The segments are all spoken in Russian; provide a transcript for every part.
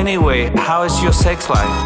Anyway, how is your sex life?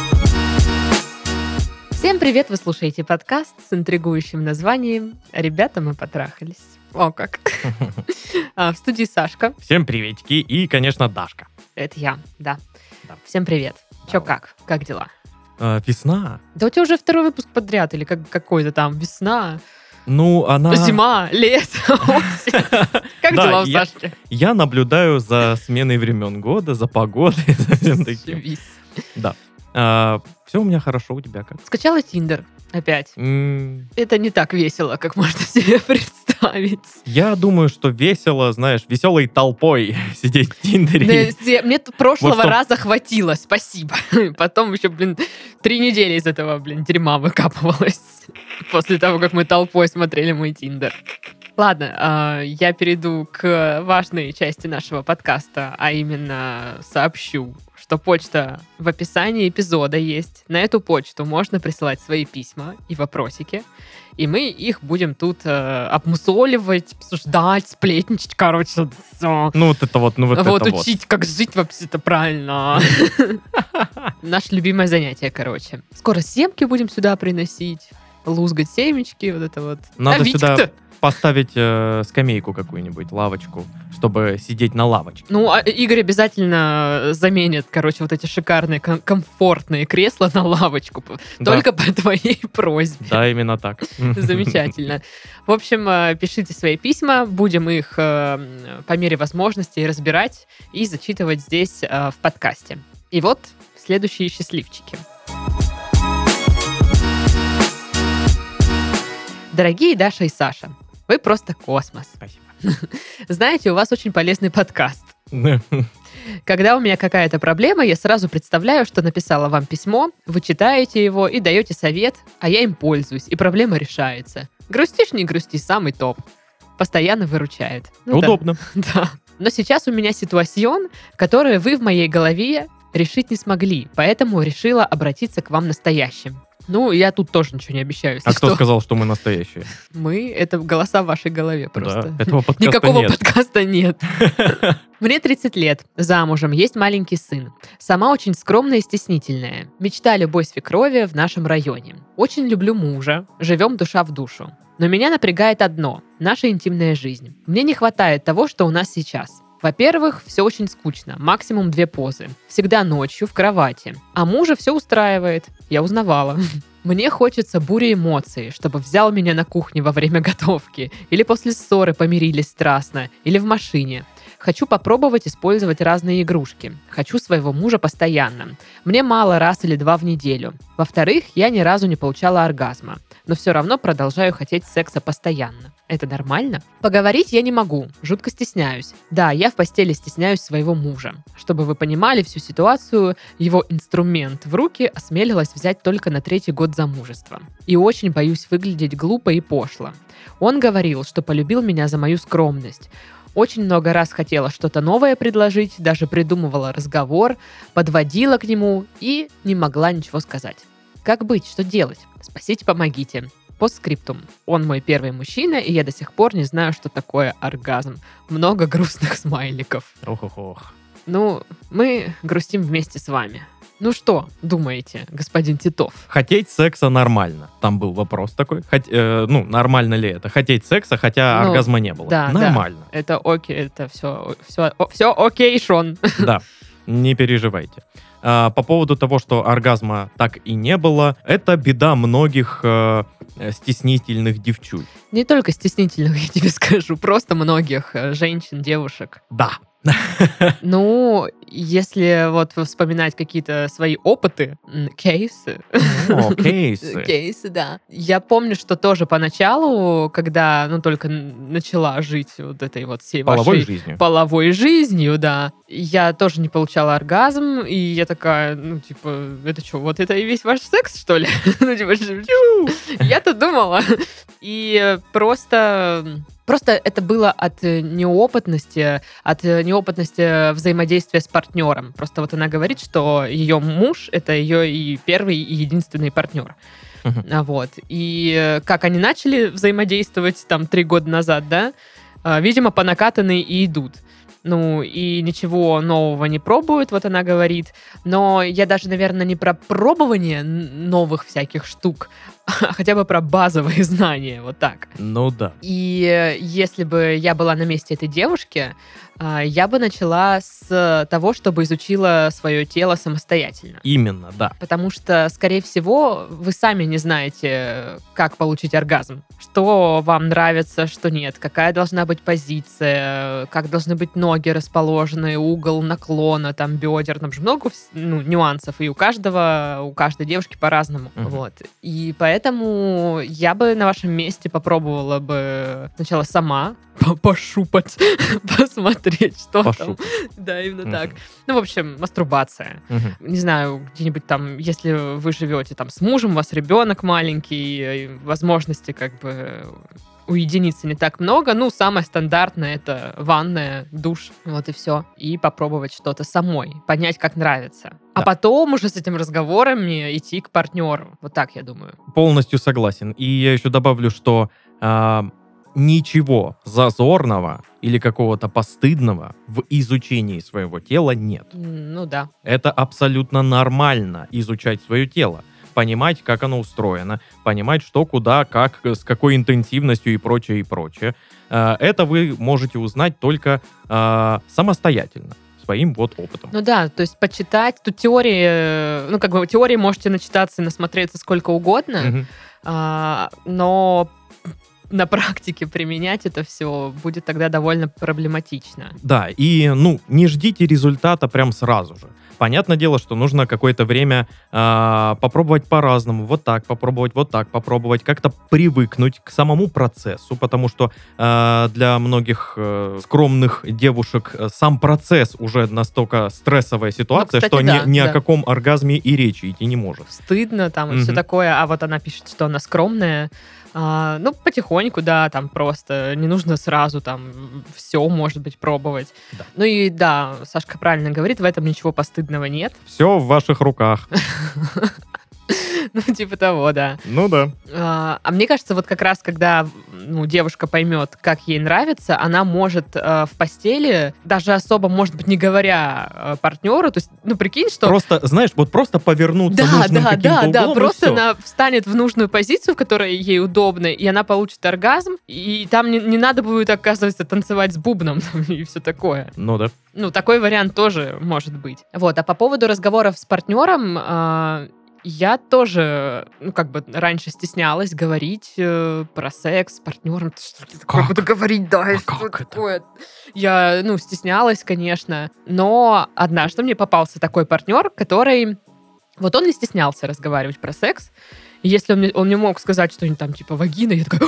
Всем привет! Вы слушаете подкаст с интригующим названием «Ребята, мы потрахались». О, как! В студии Сашка. Всем приветики и, конечно, Дашка. Это я, да. Всем привет. Чё, как? Как дела? Весна. Да у тебя уже второй выпуск подряд, или какой-то там весна, Ну, она... зима, лето, осень. Как Да, дела у Сашки? Я наблюдаю за сменой времен года, за погодой, за всем таким. Зашибись. Да. Все у меня хорошо, у тебя как? Скачала Тиндер опять. Это не так весело, как можно себе представить. Я думаю, что весело, знаешь, веселой толпой сидеть в Тиндере. Мне прошлого Вот что- раза хватило, спасибо. Потом еще, 3 недели из этого, дерьма выкапывалось. После того, как мы толпой смотрели мой Тиндер. Ладно, я перейду к важной части нашего подкаста, а именно сообщу, что почта в описании эпизода есть. На эту почту можно присылать свои письма и вопросики, и мы их будем тут обмусоливать, обсуждать, сплетничать, короче, всё. Ну, вот это вот, Учить, как жить вообще-то правильно. Наше любимое занятие, короче. Скоро семки будем сюда приносить, лузгать семечки, вот это вот. Надо Витька-то- сюда поставить скамейку какую-нибудь, лавочку, чтобы сидеть на лавочке. Ну, Игорь обязательно заменит, короче, вот эти шикарные, комфортные кресла на лавочку. Да. Только по твоей просьбе. Да, именно так. Замечательно. В общем, пишите свои письма, будем их по мере возможностей разбирать и зачитывать здесь в подкасте. И вот следующие счастливчики. Дорогие Даша и Саша, вы просто космос. Спасибо. Знаете, у вас очень полезный подкаст. Когда у меня какая-то проблема, я сразу представляю, что написала вам письмо, вы читаете его и даете совет, а я им пользуюсь, и проблема решается. Грустишь, не грусти, самый топ. Постоянно выручает. Ну да. Удобно. Да. Но сейчас у меня ситуацион, который вы в моей голове решить не смогли, поэтому решила обратиться к вам настоящим. Ну, я тут тоже ничего не обещаю. если А кто что. сказал, что мы настоящие? Мы — это голоса в вашей голове просто. Да, этого подкаста Никакого нет. подкаста нет. Мне 30 лет, замужем, есть маленький сын. Сама очень скромная и стеснительная. Мечта любой свекрови в нашем районе. Очень люблю мужа, живем душа в душу. Но меня напрягает одно – наша интимная жизнь. Мне не хватает того, что у нас сейчас. Во-первых, все очень скучно, максимум 2 позы. Всегда ночью, в кровати. А мужа все устраивает. Я узнавала. Мне хочется бури эмоций, чтобы взял меня на кухне во время готовки, или после ссоры помирились страстно, или в машине. Хочу попробовать использовать разные игрушки. Хочу своего мужа постоянно. Мне мало раз или 2 в неделю. Во-вторых, я ни разу не получала оргазма, но все равно продолжаю хотеть секса постоянно. Это нормально? Поговорить я не могу, жутко стесняюсь. Да, я в постели стесняюсь своего мужа. Чтобы вы понимали всю ситуацию, его инструмент в руки осмелилась взять только на 3-й год замужества. И очень боюсь выглядеть глупо и пошло. Он говорил, что полюбил меня за мою скромность. Очень много раз хотела что-то новое предложить, даже придумывала разговор, подводила к нему и не могла ничего сказать. Как быть? Что делать? Спасите, помогите. Постскриптум. Он мой первый мужчина, и я до сих пор не знаю, что такое оргазм. Много грустных смайликов. Ох-ох-ох. Ну, мы грустим вместе с вами. Ну что думаете, господин Титов? Хотеть секса нормально. Там был вопрос такой. Нормально ли это? Хотеть секса, хотя Ну, оргазма не было. Да, Нормально. Да, это окей, это все окей, Шон. Да, не переживайте. По поводу того, что оргазма так и не было, это беда многих стеснительных девчуль. Не только стеснительных, я тебе скажу, просто многих женщин, девушек. Да. Ну, если вот вспоминать какие-то свои опыты, кейсы. Кейсы. Кейсы, да. Я помню, что тоже поначалу, когда, только начала жить вот этой вот всей Половой вашей жизнью. половой жизнью, да, я тоже не получала оргазм, и я такая, это что, вот это и весь ваш секс, что ли? Я-то думала. И просто это было от неопытности взаимодействия с партнером. Просто вот она говорит, что ее муж — это ее и первый, и единственный партнер. Вот. И как они начали взаимодействовать там 3 года назад, да, видимо, по накатанной и идут. Ну, и ничего нового не пробуют, вот она говорит. Но я даже, наверное, не про пробование новых всяких штук, а хотя бы про базовые знания, вот так. Ну да. И если бы я была на месте этой девушки, я бы начала с того, чтобы изучила свое тело самостоятельно. Именно, да. Потому что, скорее всего, вы сами не знаете, как получить оргазм. Что вам нравится, что нет. Какая должна быть позиция, как должны быть ноги расположены, угол наклона, там, бедер. Там же много нюансов, и у каждой девушки по-разному. Вот. И поэтому я бы на вашем месте попробовала бы сначала сама пошупать, посмотреть, что там. Да, именно так. Ну, в общем, мастурбация. Не знаю, где-нибудь там, если вы живете там с мужем, у вас ребенок маленький, возможности как бы уединиться не так много. Ну, самое стандартное — это ванная, душ, вот и все. И попробовать что-то самой, понять, как нравится. Да. А потом уже с этим разговорами идти к партнеру. Вот так, я думаю. Полностью согласен. И я еще добавлю, что ничего зазорного или какого-то постыдного в изучении своего тела нет. Ну да. Это абсолютно нормально изучать свое тело. Понимать, как оно устроено, понимать, что, куда, как, с какой интенсивностью и прочее, и прочее. Это вы можете узнать только самостоятельно, своим вот опытом. Ну да, то есть почитать, тут теории, ну как бы теории можете начитаться и насмотреться сколько угодно, но на практике применять это все будет тогда довольно проблематично. Да, и не ждите результата прям сразу же. Понятное дело, что нужно какое-то время попробовать по-разному, вот так попробовать, как-то привыкнуть к самому процессу, потому что для многих скромных девушек сам процесс уже настолько стрессовая ситуация, кстати, что ни да. о каком оргазме и речи идти не может. Стыдно там и все такое, а вот она пишет, что она скромная. Потихоньку, да, там просто не нужно сразу там все, может быть, пробовать. Да. Ну и да, Сашка правильно говорит, в этом ничего постыдного нет. Все в ваших руках. Ну, типа того, да. Ну да. А мне кажется, вот как раз, когда девушка поймет, как ей нравится, она может в постели, даже особо, может быть, не говоря партнеру, то есть, прикинь, что... Просто, знаешь, вот просто повернуться нужным каким-то углом, просто она встанет в нужную позицию, в которой ей удобно, и она получит оргазм, и там не надо будет, оказывается, танцевать с бубном и все такое. Ну да. Такой вариант тоже может быть. Вот, а по поводу разговоров с партнером... Я тоже, раньше стеснялась говорить про секс с партнером. Что я такое буду говорить, да, что такое? Я, стеснялась, конечно. Но однажды мне попался такой партнер, который... Вот он не стеснялся разговаривать про секс. И если он мне мог сказать что-нибудь там, типа, вагина, я такая...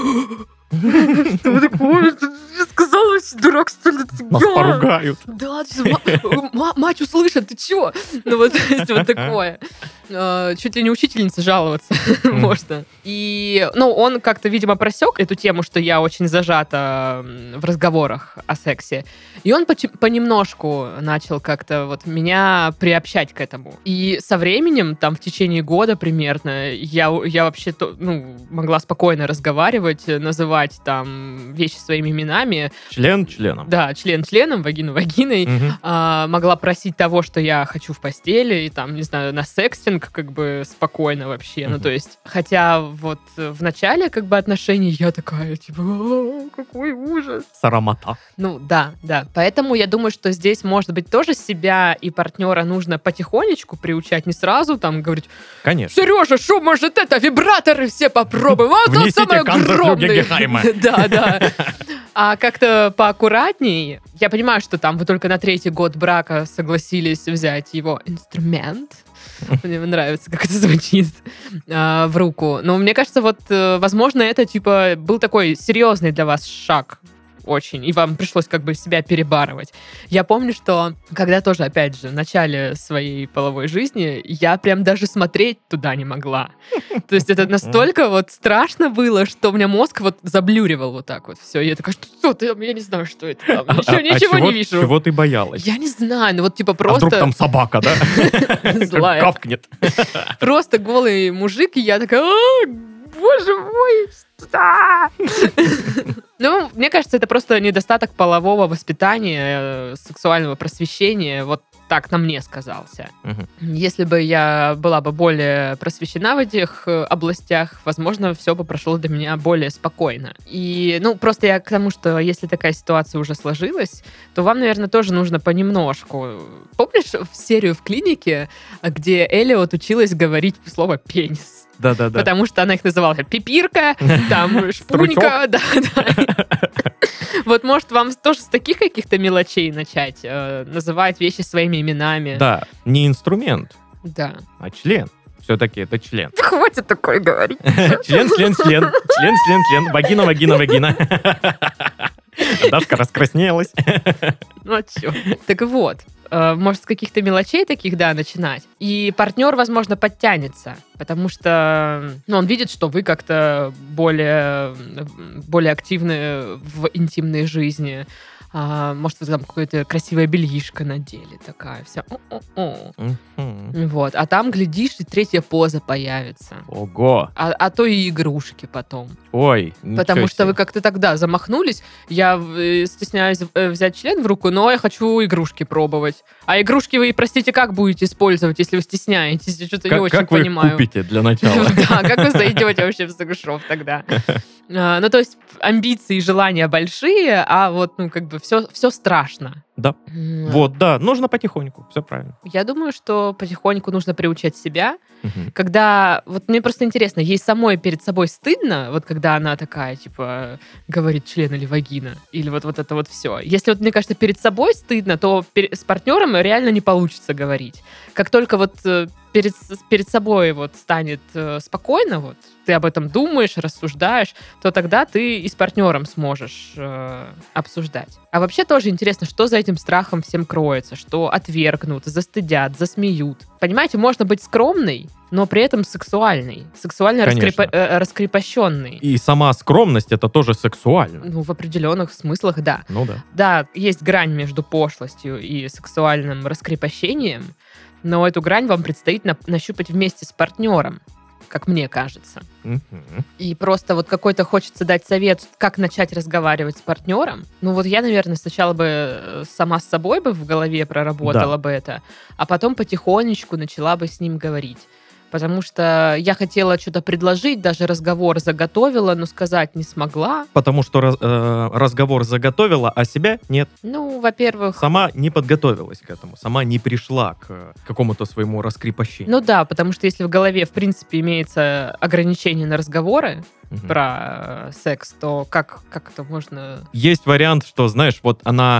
Что такое? Ты сказала, дурак, что ли? Нас поругают. Да, мать услышит, ты чё? Вот такое. Чуть ли не учительнице жаловаться можно. И, он как-то, видимо, просек эту тему, что я очень зажата в разговорах о сексе. И он понемножку начал как-то вот меня приобщать к этому. И со временем, там, в течение года примерно, я вообще могла спокойно разговаривать, называть там вещи своими именами. Член членом. Да, член членом, вагину вагиной. Могла просить того, что я хочу в постели, и там, не знаю, на секстинг как бы спокойно вообще. То есть, хотя вот в начале как бы отношений я такая, типа, какой ужас. Сарамата. Да. Поэтому я думаю, что здесь, может быть, тоже себя и партнера нужно потихонечку приучать, не сразу там говорить, конечно. Сережа, что, может, это, вибраторы все попробуем, а то самое огромное. Да. А как-то поаккуратней. Я понимаю, что там вы только на 3-й год брака согласились взять его инструмент. Мне нравится, как это звучит в руку. Но мне кажется, вот, возможно, это, типа, был такой серьезный для вас шаг очень, и вам пришлось как бы себя перебарывать. Я помню, что когда тоже, опять же, в начале своей половой жизни, я прям даже смотреть туда не могла. То есть это настолько вот страшно было, что у меня мозг вот заблюривал вот так вот все. И я такая, что ты, я не знаю, что это там. Ничего не вижу. Чего ты боялась? Я не знаю, вот типа просто... А вдруг там собака, да? Злая. Кавкнет. Просто голый мужик, и я такая, боже мой, Ну, мне кажется, это просто недостаток полового воспитания, сексуального просвещения. Вот так на мне сказался. Мгм. Если бы я была бы более просвещена в этих областях, возможно, все бы прошло для меня более спокойно. И, ну, просто я к тому, что если такая ситуация уже сложилась, то вам, наверное, тоже нужно понемножку. Помнишь серию в клинике, где Эллиот училась говорить слово «пенис»? Да-да-да. Потому что она их называла пипирка, там шпунька, да. Вот может вам тоже с таких каких-то мелочей начать называть вещи своими именами. Да, не инструмент, Да. а член. Все-таки это член. Хватит такое говорить. Член. Вагина. Дашка раскраснелась. Ну а чё? Так вот, может, с каких-то мелочей таких, да, начинать. И партнер, возможно, подтянется, потому что он видит, что вы как-то более активны в интимной жизни. Может, вы там какое-то красивое бельишко надели, такая вся. Мгм. Вот. А там, глядишь, и третья поза появится. Ого. А то и игрушки потом. Ой, Потому ничего что себе. вы как-то тогда замахнулись. Я стесняюсь взять член в руку, но я хочу игрушки пробовать. А игрушки вы, простите, как будете использовать, если вы стесняетесь? Я что-то не очень Как вы их понимаю. купите для начала? Да, как вы зайдете вообще в секс-шоп тогда? Ну, то есть амбиции и желания большие, а вот, ну, как бы все страшно. Да. Вот, да, нужно потихоньку, все правильно. Я думаю, что потихоньку нужно приучать себя. Мгм. Когда, вот мне просто интересно, ей самой перед собой стыдно, вот когда она такая, типа, говорит член или вагина, или вот это вот все. Если вот, мне кажется, перед собой стыдно, то с партнером реально не получится говорить. Как только вот перед собой вот станет спокойно, вот, ты об этом думаешь, рассуждаешь, то тогда ты и с партнером сможешь обсуждать. А вообще тоже интересно, что за этим страхом всем кроется, что отвергнут, застыдят, засмеют. Понимаете, можно быть скромной, но при этом сексуальной, сексуально Конечно. раскрепощенной. И сама скромность это тоже сексуально. Ну, в определенных смыслах, да. Ну да. Да, есть грань между пошлостью и сексуальным раскрепощением, но эту грань вам предстоит нащупать вместе с партнером, как мне кажется. Мгм. И просто вот какой-то хочется дать совет, как начать разговаривать с партнером. Ну вот я, наверное, сначала бы сама с собой бы в голове проработала бы это, а потом потихонечку начала бы с ним говорить. Потому что я хотела что-то предложить, даже разговор заготовила, но сказать не смогла. Потому что разговор заготовила, а себя нет. Ну, во-первых... Сама не подготовилась к этому, сама не пришла к какому-то своему раскрепощению. Ну да, потому что если в голове, в принципе, имеется ограничение на разговоры Мгм. про секс, то как это можно... Есть вариант, что, знаешь, вот она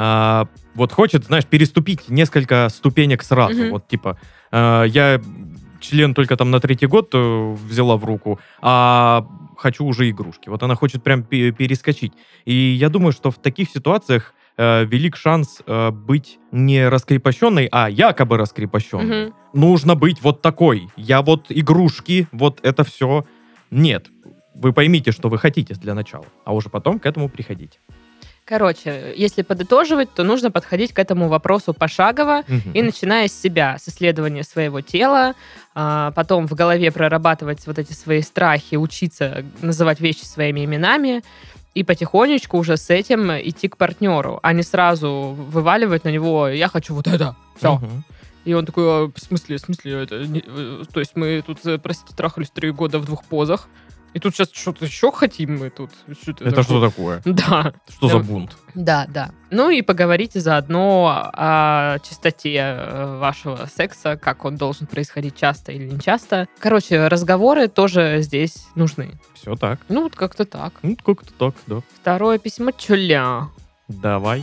вот хочет, знаешь, переступить несколько ступенек сразу. Мгм. Вот типа, я член только там на 3-й год взяла в руку, а хочу уже игрушки. Вот она хочет прям перескочить. И я думаю, что в таких ситуациях велик шанс быть не раскрепощенной, а якобы раскрепощенной. Мгм. Нужно быть вот такой. Я вот игрушки, вот это все. Нет. Вы поймите, что вы хотите для начала, а уже потом к этому приходите. Короче, если подытоживать, то нужно подходить к этому вопросу пошагово Мгм. и начиная с себя, с исследования своего тела, потом в голове прорабатывать вот эти свои страхи, учиться называть вещи своими именами и потихонечку уже с этим идти к партнеру, а не сразу вываливать на него «я хочу вот это». Все. Мгм. И он такой: «А, в смысле, это то есть мы тут, простите, трахались 3 года в 2 позах, и тут сейчас что-то еще хотим мы тут? Это что такое? Да. Что за Да. бунт? Да. Ну и поговорите заодно о чистоте вашего секса, как он должен происходить часто или не часто. Короче, разговоры тоже здесь нужны. Все так. Ну, вот как-то так. Ну, как-то так, да. Второе письмо Чуля. Давай.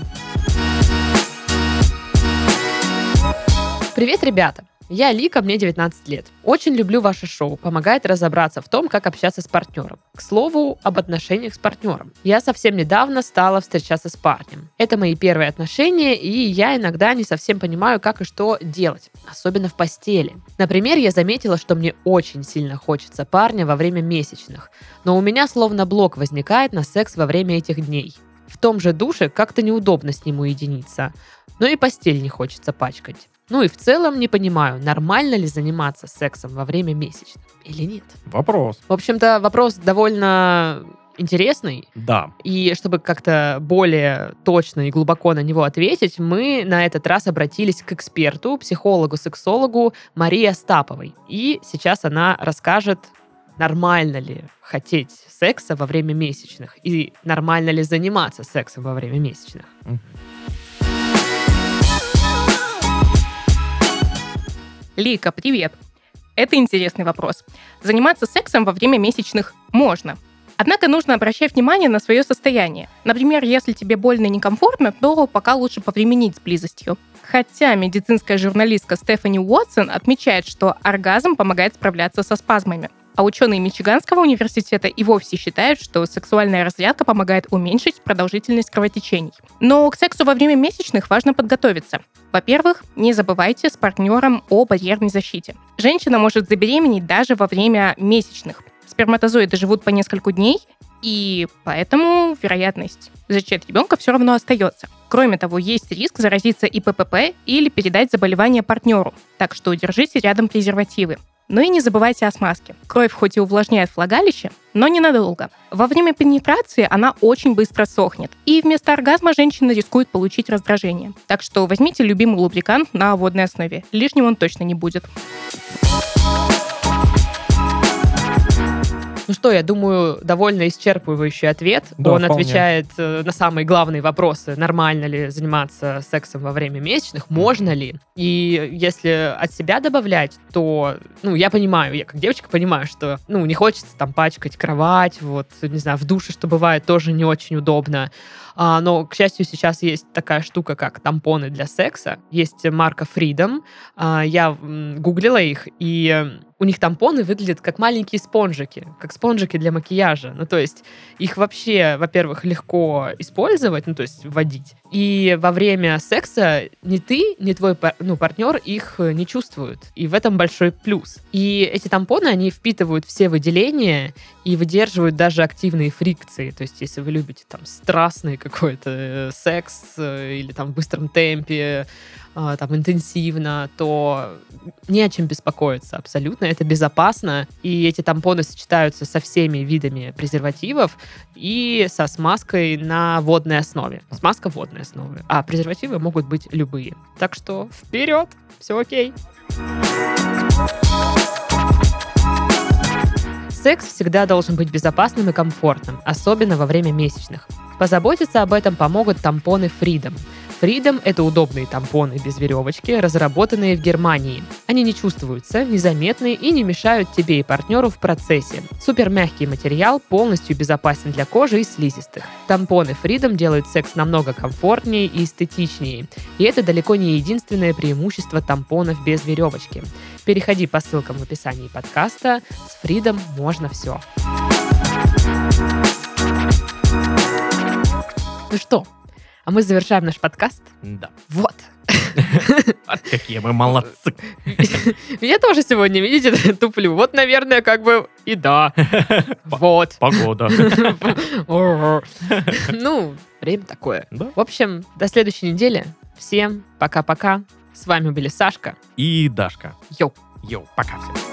Привет, ребята! Я Лика, мне 19 лет. Очень люблю ваше шоу, помогает разобраться в том, как общаться с партнером. К слову, об отношениях с партнером. Я совсем недавно стала встречаться с парнем. Это мои первые отношения, и я иногда не совсем понимаю, как и что делать, особенно в постели. Например, я заметила, что мне очень сильно хочется парня во время месячных, но у меня словно блок возникает на секс во время этих дней. В том же душе как-то неудобно с ним уединиться, но и постель не хочется пачкать. Ну и в целом не понимаю, нормально ли заниматься сексом во время месячных или нет. Вопрос. В общем-то, вопрос довольно интересный. Да. И чтобы как-то более точно и глубоко на него ответить, мы на этот раз обратились к эксперту, психологу-сексологу Марии Остаповой. И сейчас она расскажет, нормально ли хотеть секса во время месячных и нормально ли заниматься сексом во время месячных. Лика, привет! Это интересный вопрос. Заниматься сексом во время месячных можно. Однако нужно обращать внимание на свое состояние. Например, если тебе больно и некомфортно, то пока лучше повременить с близостью. Хотя медицинская журналистка Стефани Уотсон отмечает, что оргазм помогает справляться со спазмами. А ученые Мичиганского университета и вовсе считают, что сексуальная разрядка помогает уменьшить продолжительность кровотечений. Но к сексу во время месячных важно подготовиться. Во-первых, не забывайте с партнером о барьерной защите. Женщина может забеременеть даже во время месячных. Сперматозоиды живут по несколько дней, и поэтому вероятность зачать ребенка все равно остается. Кроме того, есть риск заразиться ИППП или передать заболевание партнеру, так что держите рядом презервативы. Ну и не забывайте о смазке. Кровь хоть и увлажняет влагалище, но ненадолго. Во время пенетрации она очень быстро сохнет, и вместо оргазма женщина рискует получить раздражение. Так что возьмите любимый лубрикант на водной основе. Лишним он точно не будет. Ну что, я думаю, довольно исчерпывающий ответ. Да, Он вполне. отвечает на самые главные вопросы. Нормально ли заниматься сексом во время месячных? Можно ли? И если от себя добавлять, то, я понимаю, я как девочка понимаю, что, не хочется там пачкать кровать, вот, не знаю, в душе, что бывает, тоже не очень удобно. Но, к счастью, сейчас есть такая штука, как тампоны для секса. Есть марка Freedom. Я гуглила их, и у них тампоны выглядят как маленькие спонжики, как спонжики для макияжа. Ну, то есть их вообще, во-первых, легко использовать, то есть вводить. И во время секса ни ты, ни твой партнер их не чувствуют. И в этом большой плюс. И эти тампоны, они впитывают все выделения и выдерживают даже активные фрикции. То есть если вы любите там страстный какой-то секс или там в быстром темпе, там интенсивно, то не о чем беспокоиться абсолютно. Это безопасно. И эти тампоны сочетаются со всеми видами презервативов и со смазкой на водной основе. Смазка в водной основе. А презервативы могут быть любые. Так что вперед! Все окей! Секс всегда должен быть безопасным и комфортным, особенно во время месячных. Позаботиться об этом помогут тампоны Freedom. Freedom – это удобные тампоны без веревочки, разработанные в Германии. Они не чувствуются, незаметны и не мешают тебе и партнеру в процессе. Супермягкий материал, полностью безопасен для кожи и слизистых. Тампоны Freedom делают секс намного комфортнее и эстетичнее. И это далеко не единственное преимущество тампонов без веревочки. Переходи по ссылкам в описании подкаста. С Freedom можно все. Ну что, а мы завершаем наш подкаст? Да. Вот. Какие мы молодцы. Я тоже сегодня, видите, туплю. Вот, наверное, как бы и да. Вот. Погода. Время такое. Да. В общем, до следующей недели. Всем пока-пока. С вами были Сашка. И Дашка. Йоу. Йоу, пока всем.